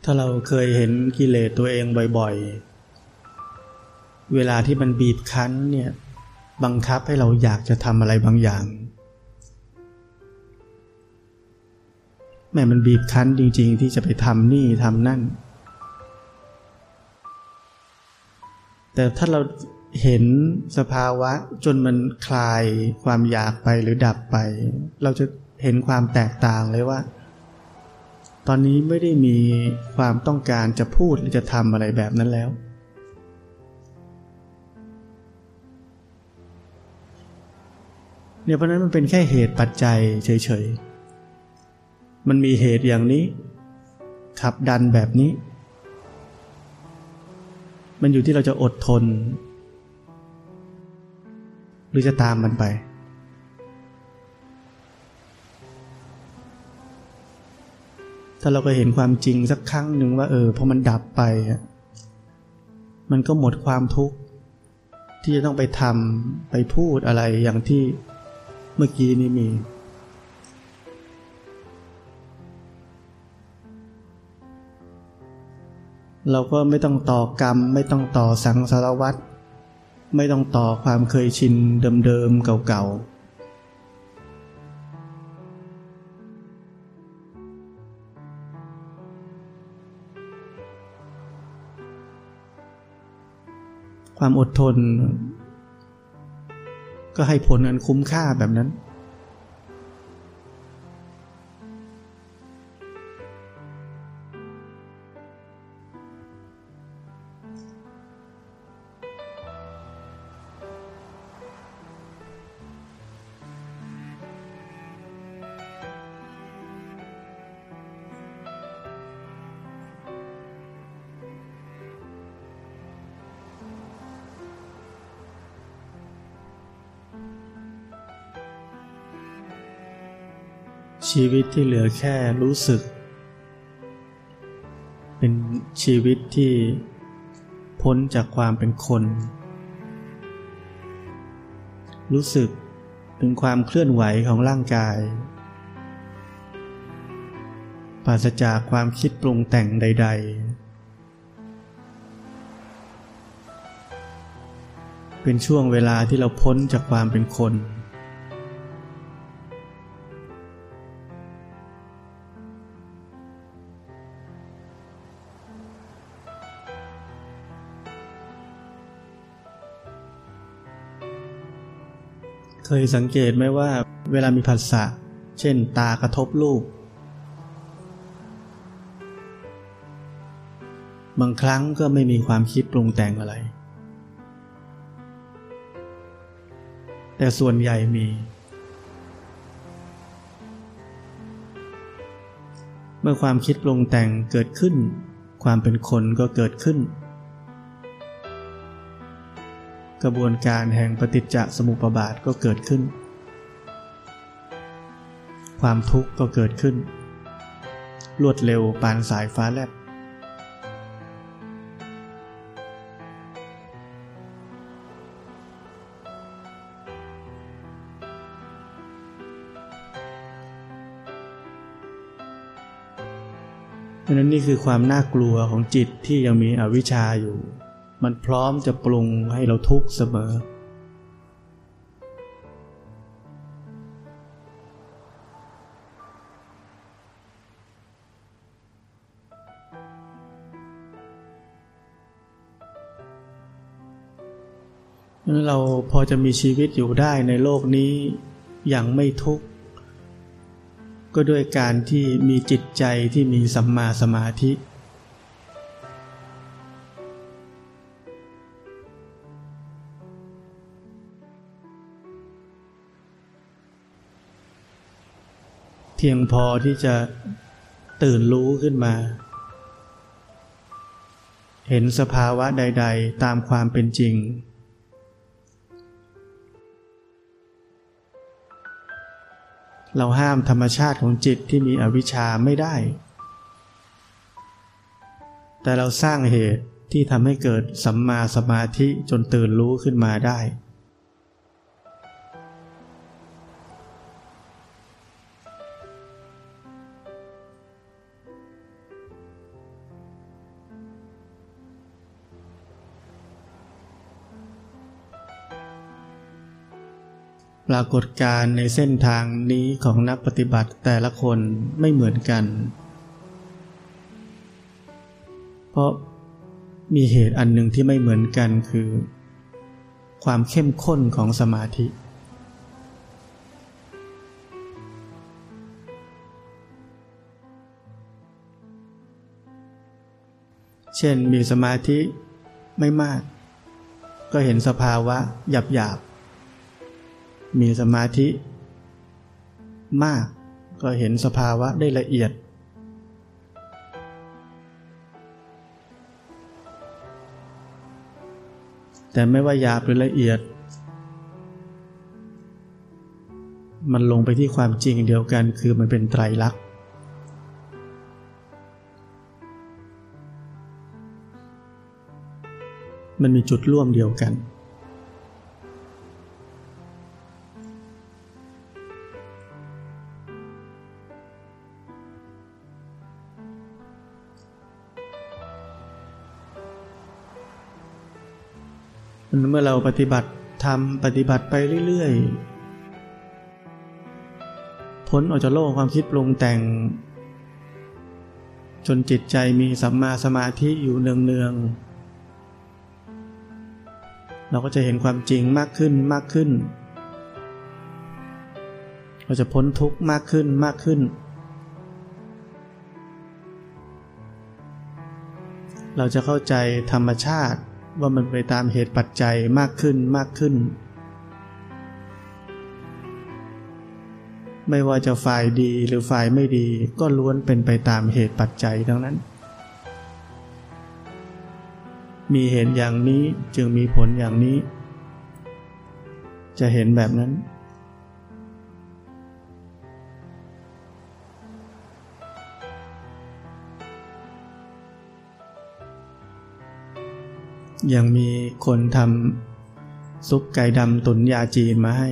ถ้าเราเคยเห็นกิเลสตัวเองบ่อยๆเวลาที่มันบีบคั้นเนี่ยบังคับให้เราอยากจะทำอะไรบางอย่างแม้มันบีบคั้นจริงๆที่จะไปทำนี่ทำนั่นแต่ถ้าเราเห็นสภาวะจนมันคลายความอยากไปหรือดับไปเราจะเห็นความแตกต่างเลยว่าตอนนี้ไม่ได้มีความต้องการจะพูดหรือจะทำอะไรแบบนั้นแล้วเนี่ยเพราะนั้นมันเป็นแค่เหตุปัจจัยเฉยๆมันมีเหตุอย่างนี้ขับดันแบบนี้มันอยู่ที่เราจะอดทนหรือจะตามมันไปถ้าเราก็เห็นความจริงสักครั้งหนึ่งว่าพอมันดับไปมันก็หมดความทุกข์ที่จะต้องไปทำไปพูดอะไรอย่างที่เมื่อกี้นี้มีเราก็ไม่ต้องต่อกรรมไม่ต้องต่อสังสารวัฏไม่ต้องต่อความเคยชินเดิมๆเก่าๆความอดทนก็ให้ผลอันคุ้มค่าแบบนั้นชีวิตที่เหลือแค่รู้สึกเป็นชีวิตที่พ้นจากความเป็นคนรู้สึกถึงความเคลื่อนไหวของร่างกายปราศจากความคิดปรุงแต่งใดๆเป็นช่วงเวลาที่เราพ้นจากความเป็นคนเคยสังเกตไหมว่าเวลามีผัสสะเช่นตากระทบรูปบางครั้งก็ไม่มีความคิดปรุงแต่งอะไรแต่ส่วนใหญ่มีเมื่อความคิดปรุงแต่งเกิดขึ้นความเป็นคนก็เกิดขึ้นกระบวนการแห่งปฏิจจสมุปบาทก็เกิดขึ้นความทุกข์ก็เกิดขึ้นรวดเร็วปานสายฟ้าแลบเพราะนั้นนี่คือความน่ากลัวของจิตที่ยังมีอวิชชาอยู่มันพร้อมจะปรุงให้เราทุกข์เสมอเราพอจะมีชีวิตอยู่ได้ในโลกนี้อย่างไม่ทุกข์ก็ด้วยการที่มีจิตใจที่มีสัมมาสมาธิเพียงพอที่จะตื่นรู้ขึ้นมาเห็นสภาวะใดๆตามความเป็นจริงเราห้ามธรรมชาติของจิตที่มีอวิชชาไม่ได้แต่เราสร้างเหตุที่ทำให้เกิดสัมมาสมาธิจนตื่นรู้ขึ้นมาได้ พปรากฏการณ์ในเส้นทางนี้ของนักปฏิบัติแต่ละคนไม่เหมือนกันเพราะมีเหตุอันหนึ่งที่ไม่เหมือนกันคือความเข้มข้นของสมาธิเช่นมีสมาธิไม่มากก็เห็นสภาวะหยาบๆมีสมาธิมากก็เห็นสภาวะได้ละเอียดแต่ไม่ว่าหยาบหรือละเอียดมันลงไปที่ความจริงเดียวกันคือมันเป็นไตรลักษณ์มันมีจุดร่วมเดียวกันเมื่อเราปฏิบัติปฏิบัติไปเรื่อยๆพ้นออกจากโลกความคิดปรุงแต่งจนจิตใจมีสัมมาสมาธิอยู่เนืองๆเราก็จะเห็นความจริงมากขึ้นมากขึ้นเราจะพ้นทุกข์มากขึ้นมากขึ้นเราจะเข้าใจธรรมชาติว่ามันไปตามเหตุปัจจัยมากขึ้นมากขึ้นไม่ว่าจะฝ่ายดีหรือฝ่ายไม่ดีก็ล้วนเป็นไปตามเหตุปัจจัยทั้งนั้นมีเหตุอย่างนี้จึงมีผลอย่างนี้จะเห็นแบบนั้นยังมีคนทำซุปไก่ดำตุ๋นยาจีนมาให้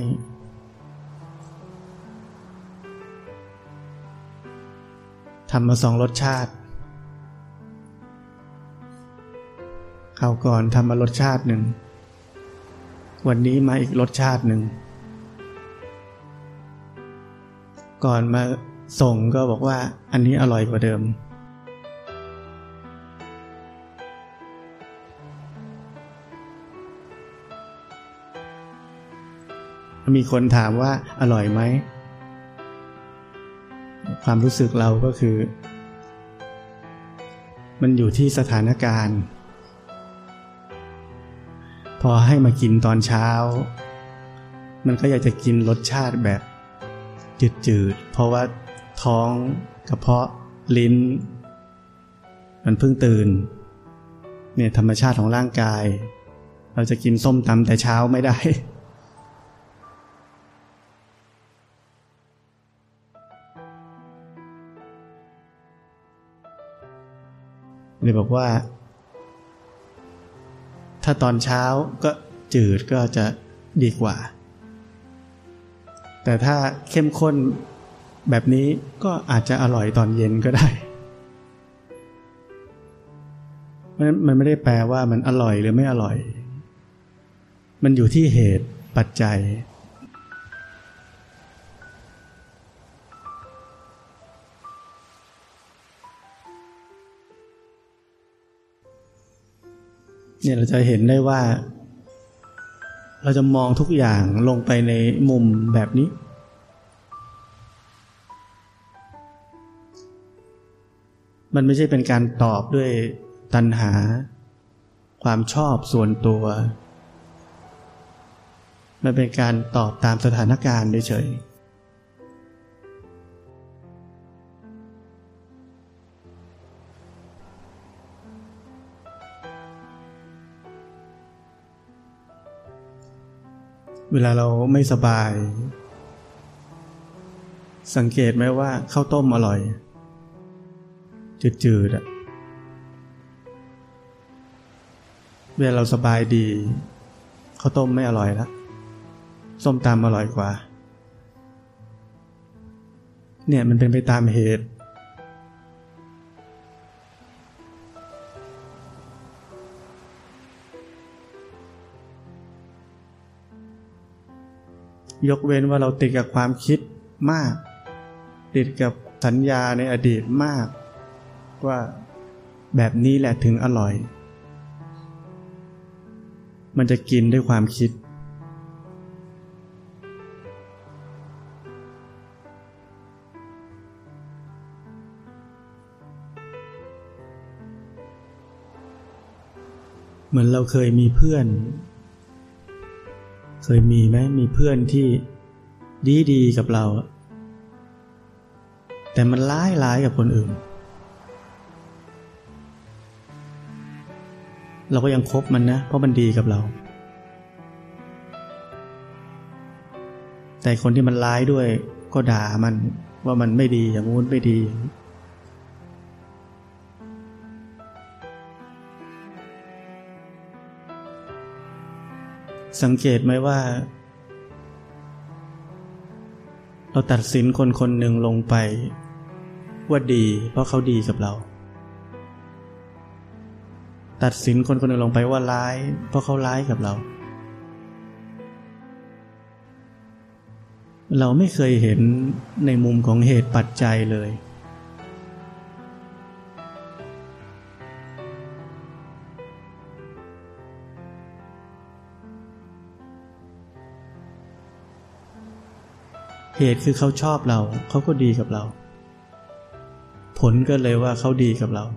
ทำมา2 รสชาติคราวก่อนทำมารสชาติหนึ่งวันนี้มาอีกรสชาติหนึ่งก่อนมาส่งก็บอกว่าอันนี้อร่อยกว่าเดิมมีคนถามว่าอร่อยไหมความรู้สึกเราก็คือมันอยู่ที่สถานการณ์พอให้มากินตอนเช้ามันก็อยากจะกินรสชาติแบบจืดๆเพราะว่าท้องกระเพาะลิ้นมันเพิ่งตื่นเนี่ยธรรมชาติของร่างกายเราจะกินส้มตำแต่เช้าไม่ได้เลยบอกว่าถ้าตอนเช้าก็จืดก็จะดีกว่าแต่ถ้าเข้มข้นแบบนี้ก็อาจจะอร่อยตอนเย็นก็ได้เพราะฉะนั้นมันไม่ได้แปลว่ามันอร่อยหรือไม่อร่อยมันอยู่ที่เหตุปัจจัยเนี่ยเราจะเห็นได้ว่าเราจะมองทุกอย่างลงไปในมุมแบบนี้มันไม่ใช่เป็นการตอบด้วยตัณหาความชอบส่วนตัวมันเป็นการตอบตามสถานการณ์เฉยเวลาเราไม่สบายสังเกตไหมว่าข้าวต้มอร่อยจืดๆอะเวลาเราสบายดีข้าวต้มไม่อร่อยแล้วส้มตำอร่อยกว่าเนี่ยมันเป็นไปตามเหตุยกเว้นว่าเราติดกับความคิดมากติดกับสัญญาในอดีตมากว่าแบบนี้แหละถึงอร่อยมันจะกินด้วยความคิดเหมือนเราเคยมีเพื่อนเคยมีไหมมีเพื่อนที่ดีกับเราแต่มันร้ายกับคนอื่นเราก็ยังคบมันนะเพราะมันดีกับเราแต่คนที่มันร้ายด้วยก็ด่ามันว่ามันไม่ดีอย่างงู้นไม่ดีสังเกตไหมว่าเราตัดสินคนคนหนึ่งลงไปว่าดีเพราะเขาดีกับเราตัดสินคนคนหนึ่งลงไปว่าร้ายเพราะเขาร้ายกับเราเราไม่เคยเห็นในมุมของเหตุปัจจัยเลยเหตุคือเขาชอบเราเขาก็ดีกับเราผลก็เลยว่าเขาดีกับเรา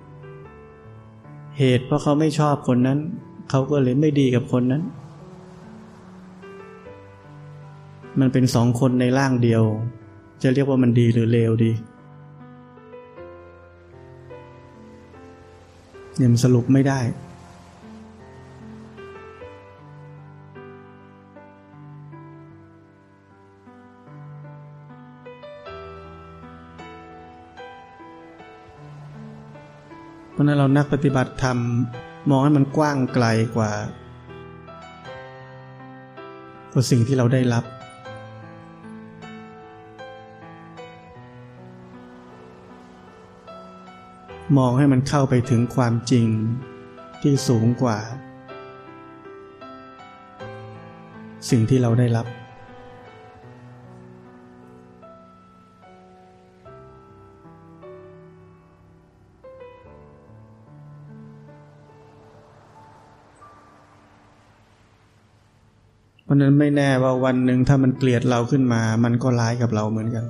เหตุเพราะเขาไม่ชอบคนนั้นเขาก็เลยไม่ดีกับคนนั้นมันเป็นสองคนในร่างเดียวจะเรียกว่ามันดีหรือเลวดีเนี่ยมันสรุปไม่ได้เพราะนั้นเรานักปฏิบัติธรรมมองให้มันกว้างไกลกว่าสิ่งที่เราได้รับมองให้มันเข้าไปถึงความจริงที่สูงกว่าสิ่งที่เราได้รับเพราะนั้นไม่แน่ว่าวันหนึ่งถ้ามันเกลียดเราขึ้นมามันก็ร้ายกับเราเหมือนกัน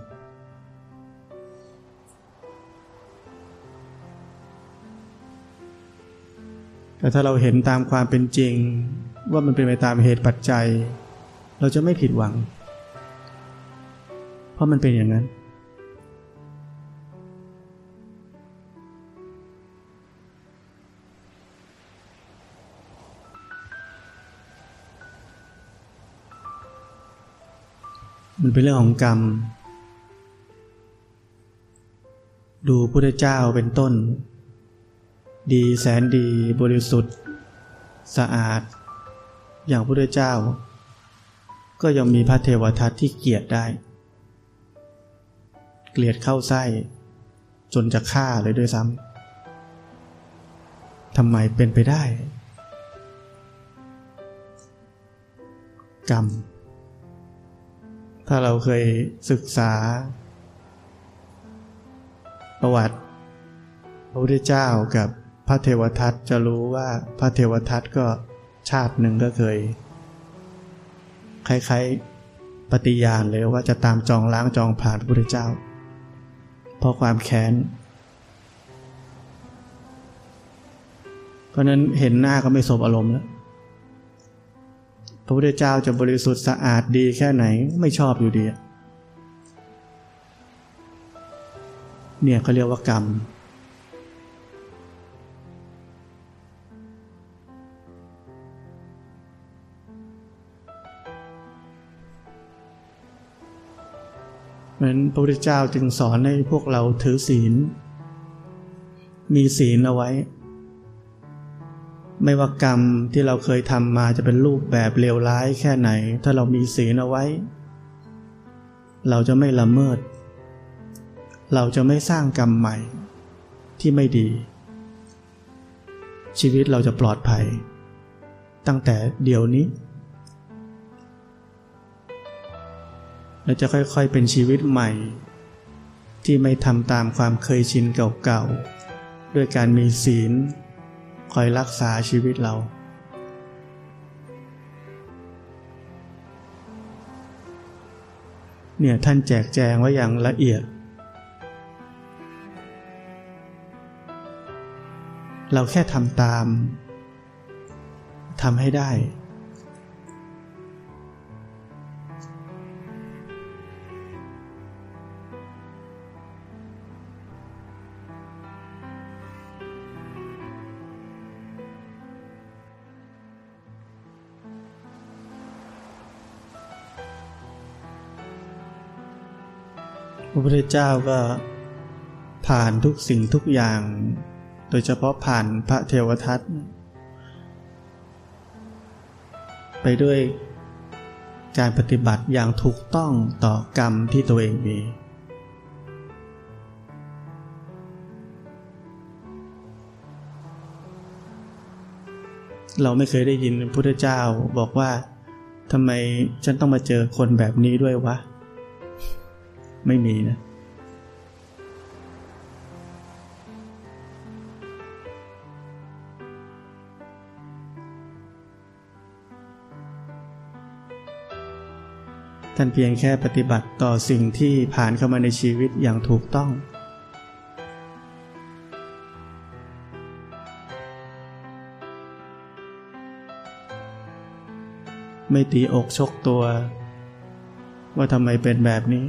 แต่ถ้าเราเห็นตามความเป็นจริงว่ามันเป็นไปตามเหตุปัจจัยเราจะไม่ผิดหวังเพราะมันเป็นอย่างนั้นมันเป็นเรื่องของกรรมดูพุทธเจ้าเป็นต้นดีแสนดีบริสุทธิ์สะอาดอย่างพุทธเจ้าก็ยังมีพระเทวทัตที่เกลียดได้เกลียดเข้าไส้จนจะฆ่าเลยด้วยซ้ำทำไมเป็นไปได้กรรมถ้าเราเคยศึกษาประวัติพระพุทธเจ้ากับพระเทวทัตจะรู้ว่าพระเทวทัตก็ชาติหนึ่งก็เคยคล้ายๆปฏิญาณเลยว่าจะตามจองล้างจองผ่านพระพุทธเจ้าเพราะความแค้นเพราะนั้นเห็นหน้าก็ไม่สบอารมณ์แล้วพระพุทธเจ้าจะบริสุทธิ์สะอาดดีแค่ไหนไม่ชอบอยู่ดีเนี่ยเขาเรียกว่ากรรมเพราะฉะนั้นพระพุทธเจ้าจึงสอนให้พวกเราถือศีลมีศีลเอาไว้ไม่ว่ากรรมที่เราเคยทำมาจะเป็นรูปแบบเลวร้ายแค่ไหนถ้าเรามีศีลเอาไว้เราจะไม่ละเมิดเราจะไม่สร้างกรรมใหม่ที่ไม่ดีชีวิตเราจะปลอดภัยตั้งแต่เดี๋ยวนี้และจะค่อยๆเป็นชีวิตใหม่ที่ไม่ทำตามความเคยชินเก่าๆด้วยการมีศีลคอยรักษาชีวิตเราเนี่ยท่านแจกแจงไว้อย่างละเอียดเราแค่ทำตามทำให้ได้พระพุทธเจ้าก็ผ่านทุกสิ่งทุกอย่างโดยเฉพาะผ่านพระเทวทัตไปด้วยการปฏิบัติอย่างถูกต้องต่อกรรมที่ตัวเองมีเราไม่เคยได้ยินพระพุทธเจ้าบอกว่าทำไมฉันต้องมาเจอคนแบบนี้ด้วยวะไม่มีนะท่านเพียงแค่ปฏิบัติต่อสิ่งที่ผ่านเข้ามาในชีวิตอย่างถูกต้องไม่ตีอกชกตัวว่าทำไมเป็นแบบนี้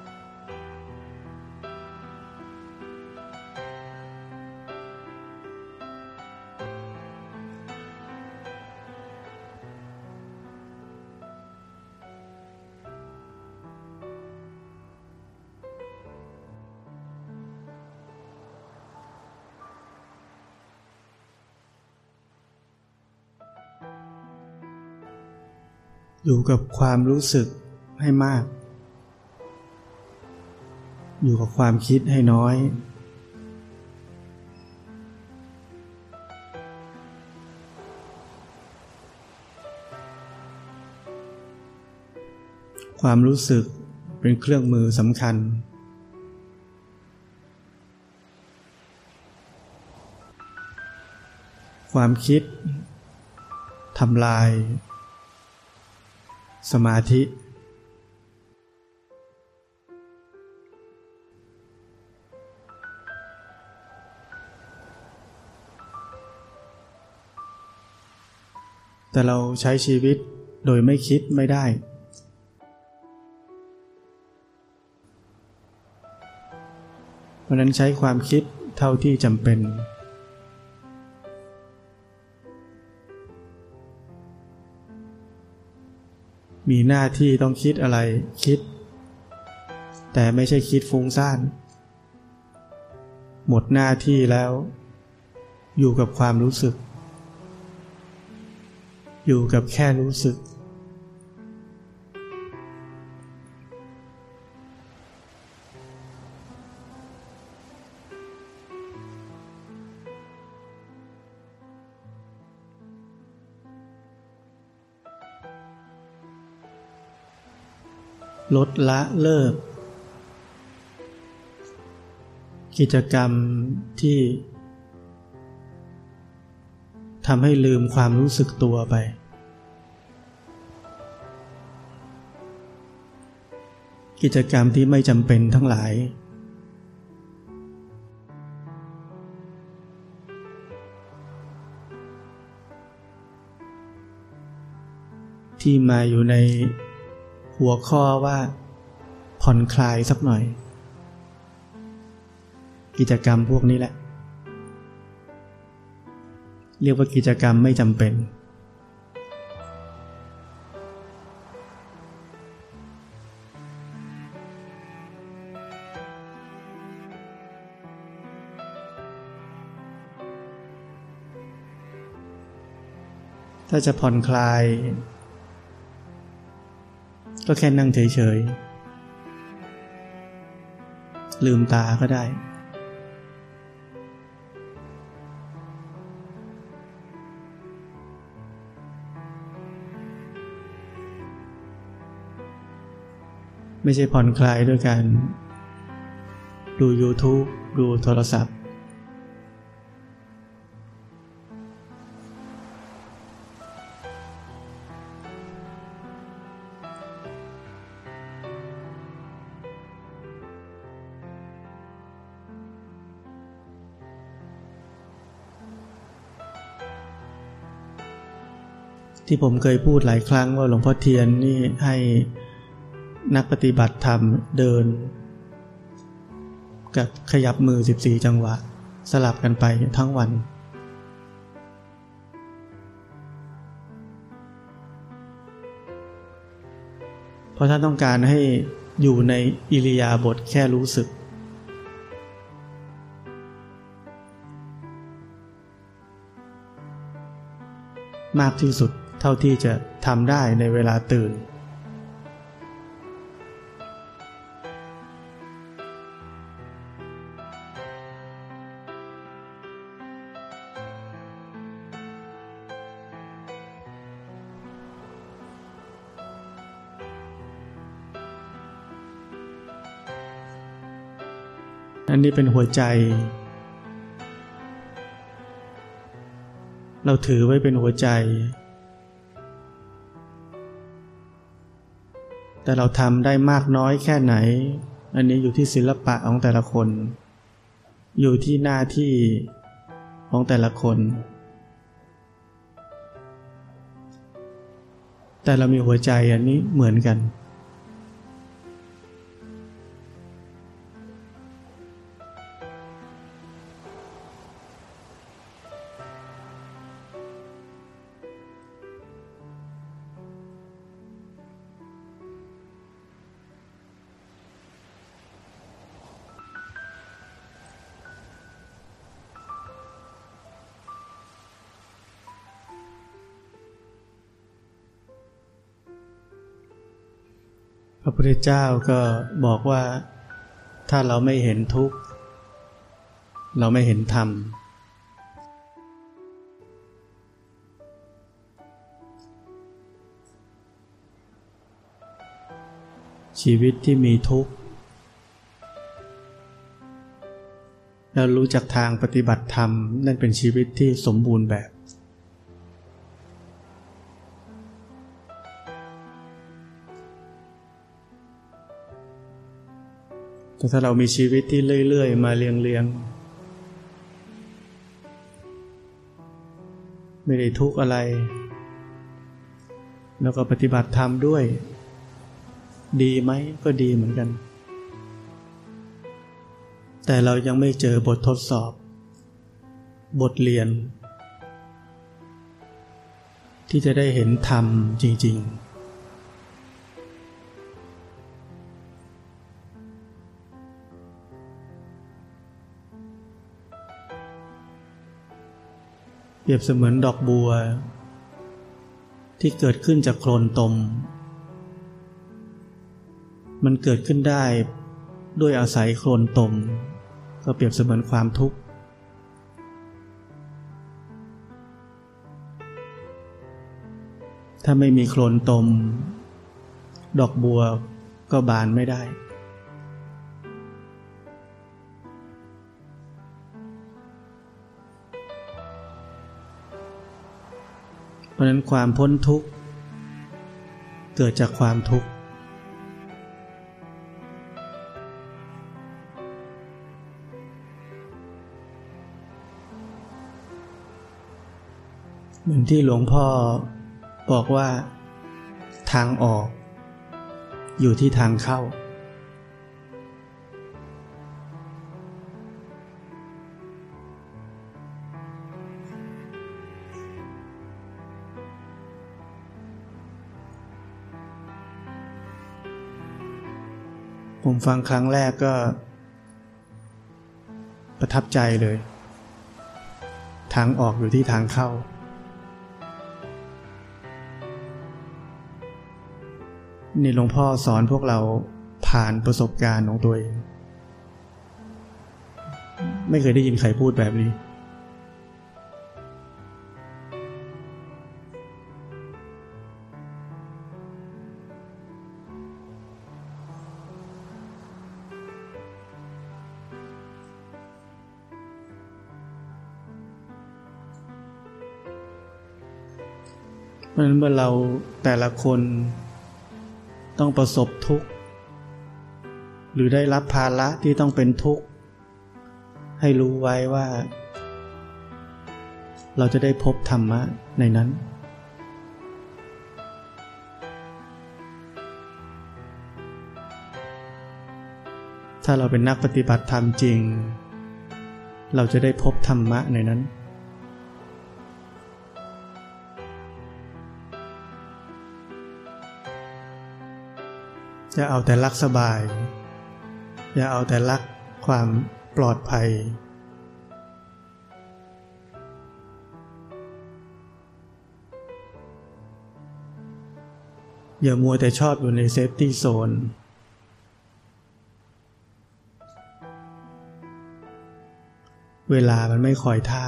อยู่กับความรู้สึกให้มากอยู่กับความคิดให้น้อยความรู้สึกเป็นเครื่องมือสำคัญความคิดทำลายสมาธิแต่เราใช้ชีวิตโดยไม่คิดไม่ได้เพราะนั้นใช้ความคิดเท่าที่จำเป็นมีหน้าที่ต้องคิดอะไรคิดแต่ไม่ใช่คิดฟุ้งซ่านหมดหน้าที่แล้วอยู่กับความรู้สึกอยู่กับแค่รู้สึกลดละเลิกกิจกรรมที่ทำให้ลืมความรู้สึกตัวไปกิจกรรมที่ไม่จำเป็นทั้งหลายที่มาอยู่ในหัวข้อว่าผ่อนคลายสักหน่อยกิจกรรมพวกนี้แหละเรียกว่ากิจกรรมไม่จำเป็นถ้าจะผ่อนคลายก็แค่นั่งเฉยๆลืมตาก็ได้ไม่ใช่ผ่อนคลายด้วยการดู YouTube ดูโทรศัพท์ที่ผมเคยพูดหลายครั้งว่าหลวงพ่อเทียนนี่ให้นักปฏิบัติธรรมเดินกับขยับมือ14จังหวะสลับกันไปทั้งวันเพราะท่านต้องการให้อยู่ในอิริยาบถแค่รู้สึกมากที่สุดเท่าที่จะทำได้ในเวลาตื่นอันนี้เป็นหัวใจเราถือไว้เป็นหัวใจแต่เราทำได้มากน้อยแค่ไหนอันนี้อยู่ที่ศิลปะของแต่ละคนอยู่ที่หน้าที่ของแต่ละคนแต่เรามีหัวใจอันนี้เหมือนกันพระพุทธเจ้าก็บอกว่าถ้าเราไม่เห็นทุกข์เราไม่เห็นธรรมชีวิตที่มีทุกข์แล้วรู้จักทางปฏิบัติธรรมนั่นเป็นชีวิตที่สมบูรณ์แบบแต่ถ้าเรามีชีวิตที่เรื่อยๆมาเรียงๆไม่ได้ทุกข์อะไรแล้วก็ปฏิบัติธรรมด้วยดีไหมก็ดีเหมือนกันแต่เรายังไม่เจอบททดสอบบทเรียนที่จะได้เห็นธรรมจริงๆเปรียบเสมือนดอกบัวที่เกิดขึ้นจากโคลนตมมันเกิดขึ้นได้ด้วยอาศัยโคลนตมก็เปรียบเสมือนความทุกข์ถ้าไม่มีโคลนตมดอกบัวก็บานไม่ได้เพราะนั้นความพ้นทุกข์เกิดจากความทุกข์เหมือนที่หลวงพ่อบอกว่าทางออกอยู่ที่ทางเข้าผมฟังครั้งแรกก็ประทับใจเลยทางออกอยู่ที่ทางเข้านี่หลวงพ่อสอนพวกเราผ่านประสบการณ์ของตัวเองไม่เคยได้ยินใครพูดแบบนี้เพราะฉะนั้นเมื่อเราแต่ละคนต้องประสบทุกข์หรือได้รับภาระที่ต้องเป็นทุกข์ให้รู้ไว้ว่าเราจะได้พบธรรมะในนั้นถ้าเราเป็นนักปฏิบัติธรรมจริงเราจะได้พบธรรมะในนั้นอย่าเอาแต่รักสบายอย่าเอาแต่รักความปลอดภัยอย่ามัวแต่ชอบอยู่ในเซฟตี้โซนเวลามันไม่คอยท่า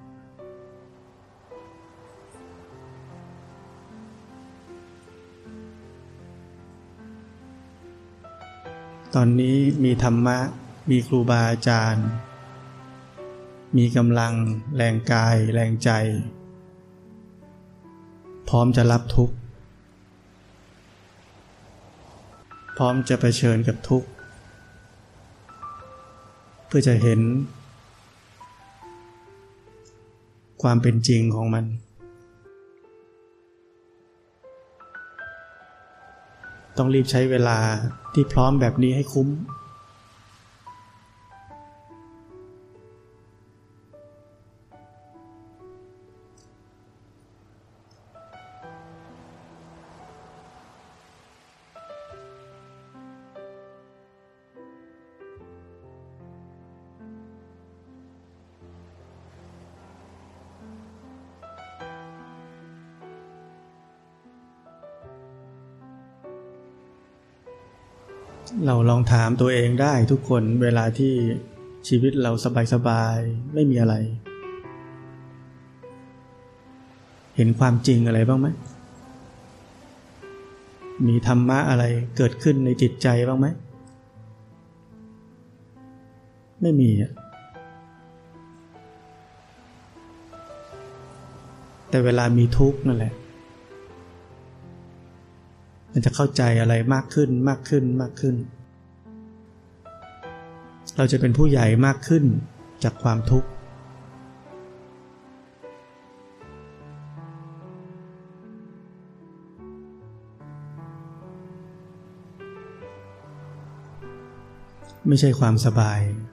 ตอนนี้มีธรรมะมีครูบาอาจารย์มีกำลังแรงกายแรงใจพร้อมจะรับทุกข์พร้อมจะเผชิญกับทุกข์เพื่อจะเห็นความเป็นจริงของมันต้องรีบใช้เวลาที่พร้อมแบบนี้ให้คุ้มเราลองถามตัวเองได้ทุกคนเวลาที่ชีวิตเราสบายๆไม่มีอะไรเห็นความจริงอะไรบ้างไหมมีธรรมะอะไรเกิดขึ้นในจิตใจบ้างไหมไม่มีแต่เวลามีทุกข์นั่นแหละมันจะเข้าใจอะไรมากขึ้นมากขึ้นมากขึ้นเราจะเป็นผู้ใหญ่มากขึ้นจากความทุกข์ไม่ใช่ความสบาย